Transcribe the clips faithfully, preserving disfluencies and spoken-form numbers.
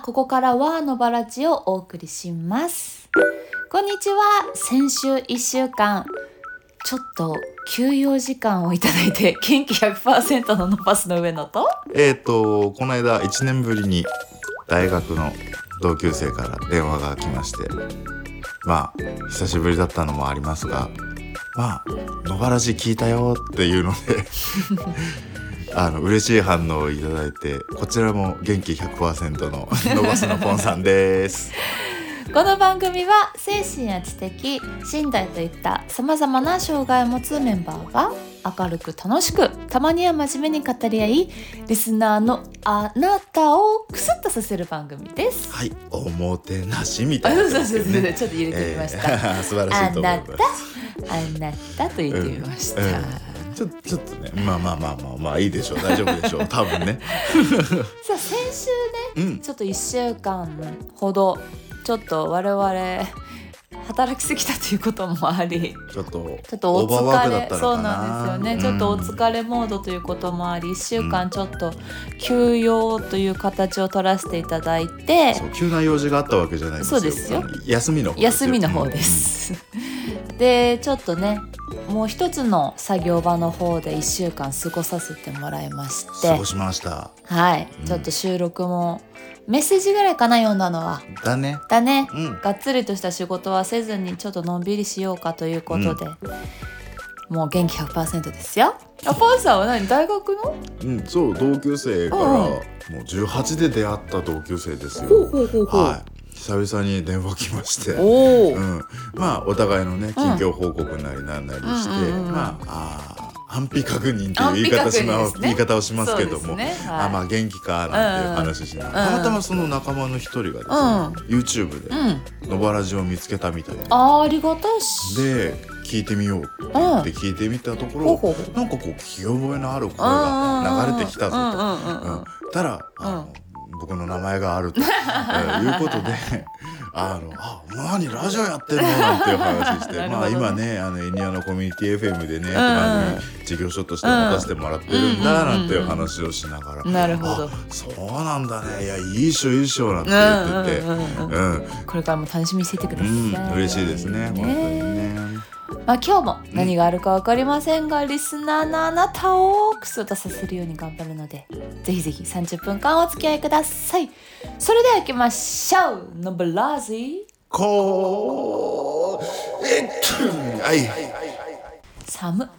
ここからはのばらちをお送りします。こんにちは。先週いっしゅうかんちょっと休養時間をいただいて元気 ひゃくパーセント ののパスの上野とえーとこの間いちねんぶりに大学の同級生から電話が来まして、まあ久しぶりだったのもありますが、まあ野ばらし聞いたよっていうのであの嬉しい反応をいただいて、こちらも元気 ひゃくパーセント ののばすのポンさんですこの番組は精神や知的、身体といったさまざまな障害を持つメンバーが明るく楽しく、たまには真面目に語り合い、リスナーのあなたをクスッとさせる番組です。 はい、おもてなしみたいな、ね、 そうそうそうそう、ちょっと入れてみました、 えー、素晴らしいと思います。 あなたあなたと言ってみました、うんうん、 ちょ, ちょっとね、まあまあまあまあまあいいでしょう、大丈夫でしょう多分ねさあ先週ね、うん、ちょっといっしゅうかんほどちょっと我々働きすぎたということもあり、 ちょっとちょっとお疲れ、そうなんですよね、 うん、 ちょっとお疲れモードということもあり、いっしゅうかんちょっと休養という形を取らせていただいて、 そう急な用事があったわけじゃないですよ。 そうですよ、 休みの方ですよ。 休みの方です、うん、でちょっとね、もう一つの作業場の方でいっしゅうかん過ごさせてもらいまして、 過ごしました。 はい、うん、ちょっと収録もメッセージぐらいかな、読んだのは。 だねだね、 うん、 がっつりとした仕事はせずにちょっとのんびりしようかということで、うん、もう元気 ひゃくパーセント ですよ。あ、ポンさんは何、大学の？ うん、そう、同級生から、うん、もうじゅうはちで出会った同級生ですよ。 ほうほうほうほう、 はい、久々に電話来まして、 お、 うん、まあお互いのね近況報告なりなんなりして、うんうん、まああ安否確認という言い方し、ね、言い方をしますけども、ね、はい、あまあ元気かなんていう話しながら、うん、たまたまその仲間の一人がですね、うん、YouTube でのばらじを見つけたみたいで、 あ、ありがたしで聞いてみようって聞いてみたところ、うん、なんかこう聞き覚えのある声が流れてきたぞと、たらあの、うん、僕の名前があると、えー、いうことであのあ何ラジオやってんのなんていう話してまあ今ね、あのエニアのコミュニティ エフエム でね、うん、番組事業所として持たせてもらってるんだなんていう話をしながら、 なるほど、 そうなんだね、いやいいっしょいいっしょなんて言ってて、うんうんうん、 これからも楽しみにしててください、うん、 嬉しいですね、ね、本当にね。 まあ、今日も何があるか分かりませんが、うん、リスナーのあなたをクスッとさせるように頑張るので、ぜひぜひさんじゅっぷんかんお付き合いください。それでは行きましょう。のブラージこーえっとはい寒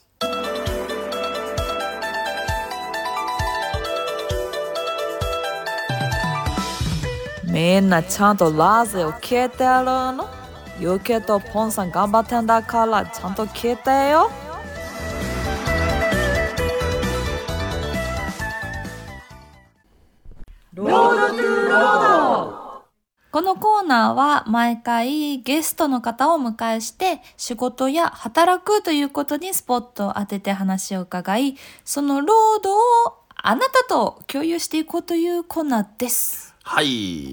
みんなちゃんとラジオ聞いてるの？ユキとポンさん頑張ってんだからちゃんと聞いてよ。ロードトゥーロード。このコーナーは毎回ゲストの方をお迎えして仕事や働くということにスポットを当てて話を伺い、そのロードをあなたと共有していこうというコーナーです。 はい、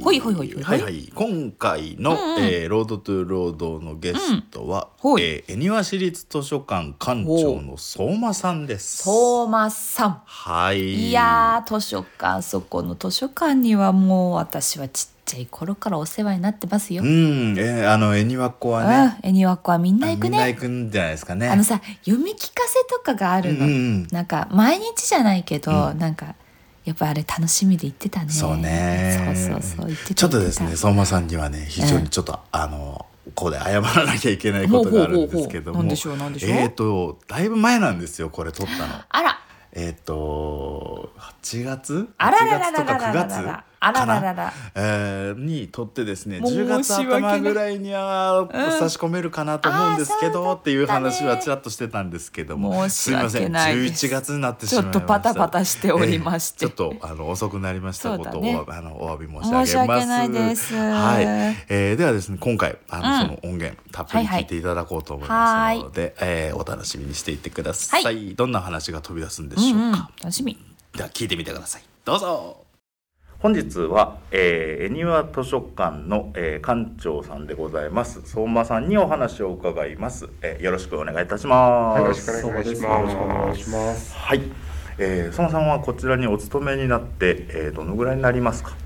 ほいほいほいほい、 はいはい、今回の、うんうん、えー、ロードトゥーロードのゲストは、うん、えー、恵庭市立図書館館長の相馬さんです。 相馬さん、 はい、 いやー、図書館、そこの図書館にはもう私はちっちゃい頃からお世話になってますよ。 うん、えー、あの恵庭っ子はね、 恵庭っ子はみんな行くね。 みんな行くんじゃないですかね。 あのさ、読み聞かせとかがあるの、うんうん、なんか毎日じゃないけど、うん、なんかやっぱあれ楽しみで行ってたね。 そうね。 そうそうそう、言ってた。 ちょっとですね、相馬さんにはね、非常にちょっと、うん、あのここで謝らなきゃいけないことがあるんですけども、 なんでしょうなんでしょう。 えっとだいぶ前なんですよ、これ撮ったの。 あら。 えっとはちがつ、 あららららららららら、はちがつとかくがつあらららら、 えー、に撮ってですね、じゅうがつ頭ぐらいには差し込めるかなと思うんですけど、うん、っていう話はちらっとしてたんですけども、 すいません、じゅういちがつになってしまいました。 ちょっとパタパタしておりまして、 えー、ちょっとあの遅くなりましたことを、ね、あのお詫び申し上げます。 申し訳ないです、 はい、えー、ではですね、今回あの、うん、その音源たっぷり聞いていただこうと思いますので、はいはい、えー、お楽しみにしていってください、はい、どんな話が飛び出すんでしょうか、うんうん、 楽しみ。 では聞いてみてください、どうぞ。本日は、えー、恵庭図書館の、えー、館長さんでございます相馬さんにお話を伺います、えー、よろしくお願いいたします。 よろしくお願いします。よろしくお願いします。 はい、えー、相馬さんはこちらにお勤めになって、えー、どのぐらいになりますか？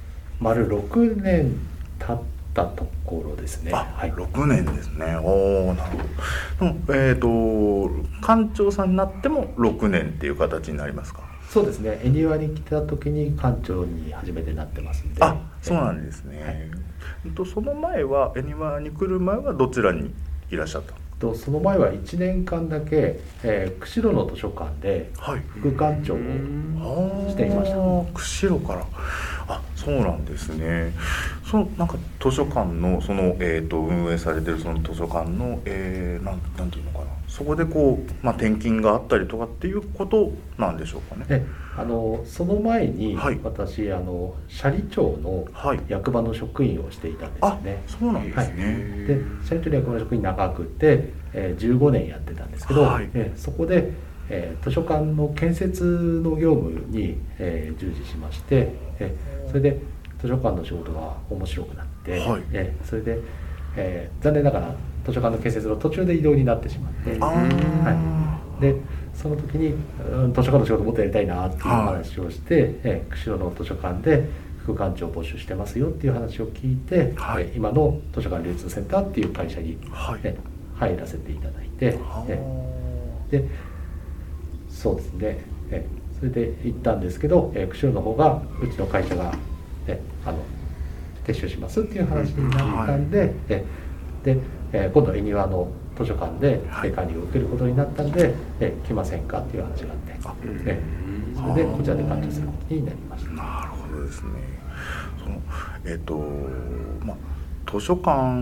丸ろくねん経ったところですね。 あ、 はい、 ろくねんですね。おお、なるほど。えっ、ー、と館長さんになってもろくねんっていう形になりますか？ そうですね。恵庭に来た時に館長に初めてなってますんで。 あ、そうなんですね。はい、えっとその前は恵庭に来る前はどちらにいらっしゃった？ とその前はいちねんかんだけ、えー、釧路の図書館で副館長をしていました。 はい、釧路から。あ、そうなんですね。そのなんか図書館のその、えー、と運営されてるその図書館の、えー、なん、なんていうのかな、そこでこう、まあ、転勤があったりとかっていうことなんでしょうかね。 えあのその前に、 はい、 私あの斜里町の役場の職員をしていたんですよね。 あ、そうなんですね。はい、 で斜里町の役場の職員長くて、えー、じゅうごねんやってたんですけど、はい、えー、そこで、えー、図書館の建設の業務に、えー、従事しまして、えー、それで図書館の仕事が面白くなって、はい、えー、それで、えー、残念ながら図書館の建設の途中で異動になってしまって、はい、でその時に、うん、図書館の仕事もっとやりたいなっていう話をして、はい、えー、釧路の図書館で副館長を募集してますよっていう話を聞いて、はい、今の図書館流通センターっていう会社に、はい、え入らせていただいて、えでそうですね、えそれで行ったんですけど、え釧路の方がうちの会社が、えあの撤収しますっていう話になったんで、はい、えで、え今度恵庭の図書館で管理を受けることになったんで、はい、え来ませんかっていう話があって、あ、えそれでこちらで館長することになりました。 なるほどですね。そのえっ、ー、とまあ図書館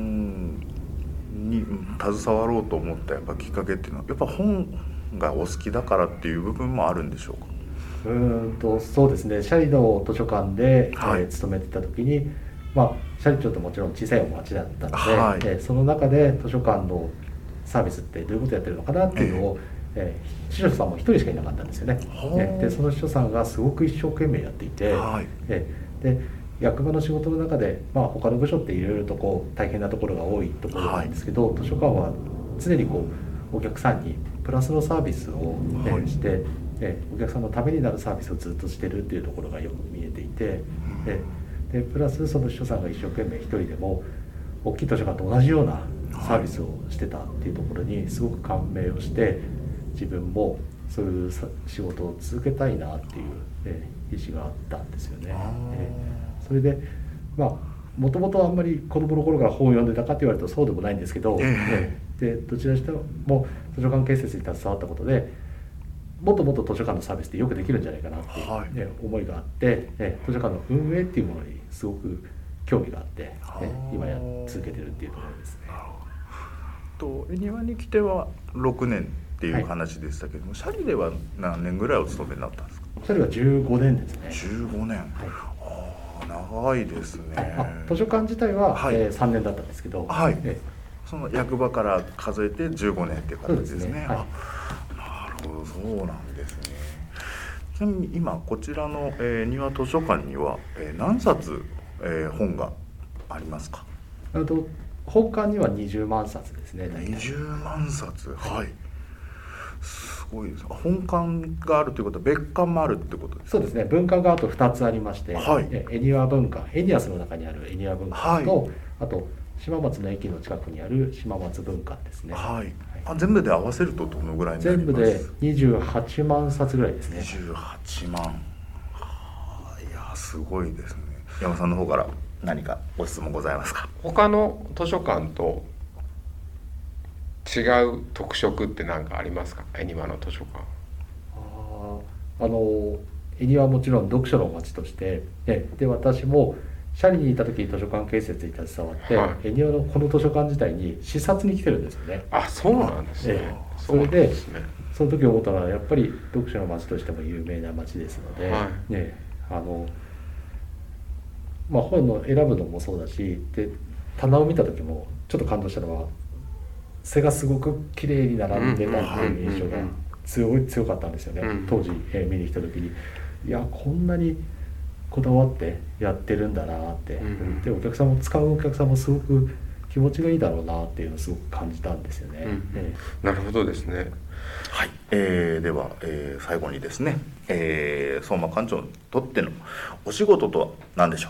に携わろうと思ったやっぱきっかけっていうのはやっぱ本がお好きだからっていう部分もあるんでしょうか？ うーんとそうですね、斜里の図書館で、はい、えー、勤めてた時に、まあ、斜里町ってもちろん小さいお町だったので、はい、えー、その中で図書館のサービスってどういうことやってるのかなっていうのを、えー、司書さんも一人しかいなかったんですよね。えー、でその司書さんがすごく一生懸命やっていて、はい、えー、で役場の仕事の中で、まあ、他の部署っていろいろとこう大変なところが多いところなんですけど、はい、図書館は常にこうお客さんにプラスのサービスを、ね、はい、してえお客さんのためになるサービスをずっとしてるっていうところがよく見えていて、ででプラスその司書さんが一生懸命一人でも大きい図書館と同じようなサービスをしてたっていうところにすごく感銘をして、自分もそういう仕事を続けたいなっていう、え意思があったんですよね。えそれでまあもともとあんまり子供の頃から本を読んでたかって言われるとそうでもないんですけど、えでどちらにしても図書館建設に携わったことでもっともっと図書館のサービスってよくできるんじゃないかなっていう、はい、ね、思いがあって、え図書館の運営っていうものにすごく興味があって、え今や続けてるっていうところですね。 と恵庭に来てはろくねんっていう話でしたけども、はい、斜里では何年ぐらいお勤めになったんですか？ 斜里はじゅうごねんですね。 じゅうごねん、はい、あ長いですね。 あ図書館自体は、はい、えー、さんねんだったんですけど、 はい、えその役場から数えてじゅうごねんっていう形ですね。そうですね、はい、そうなんですね。ちなみに今こちらの、えー、庭図書館には、えー、何冊、えー、本がありますか？ あと本館にはにじゅうまんさつですね。 にじゅうまんさつ、はい、すごいです。本館があるということは別館もあるってことですか？ そうですね、文館があとふたつありまして、はい、恵庭文館、エニアスの中にある恵庭文館と、はい、あと島松の駅の近くにある島松文館ですね。 はい、あ全部で合わせるとどのぐらいになります？ 全部でにじゅうはちまんさつぐらいですね。 にじゅうはちまん、はあ、いやすごいですね。山さんの方から何かご質問ございますか？ 他の図書館と違う特色って何かありますか？恵庭の図書館。 ああの恵庭はもちろん読書の街としてでで私も斜里にいた時に図書館建設に携わって、はい、恵庭のこの図書館自体に視察に来てるんですよね。 あ、そうなんですね。 ええ、それで、ね、その時思ったのはやっぱり読書の街としても有名な街ですので、はい、ね、あのまあ本の選ぶのもそうだし、で棚を見た時もちょっと感動したのは背がすごく綺麗に並んでたっていう印象が強い強かったんですよね、うん、当時、えー、見に来た時にいやこんなにこだわってやってるんだなって、うん、でお客さんも使うお客さんもすごく気持ちがいいだろうなっていうのをすごく感じたんですよね、うんえー、なるほどですね。 はい、えー、では、えー、最後にですね、えー、相馬館長にとってのお仕事とは何でしょうか？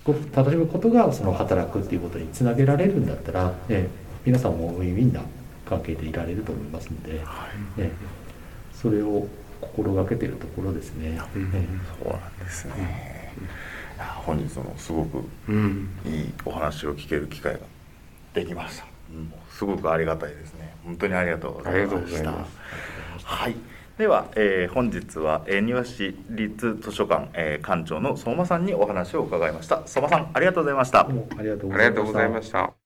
楽しむことがその働くっていうことにつなげられるんだったら、え皆さんもウィンウィンな関係でいられると思いますので、はい、えそれを心がけているところですね。 うん、えそうなんですね。うん、本日のすごくいいお話を聞ける機会ができました。うん、すごくありがたいですね。本当にありがとうございました。はい。では、えー、本日は、えー、庭師立図書館、えー、館長の相馬さんにお話を伺いました。相馬さん、ありがとうございました。 どうもありがとうございました。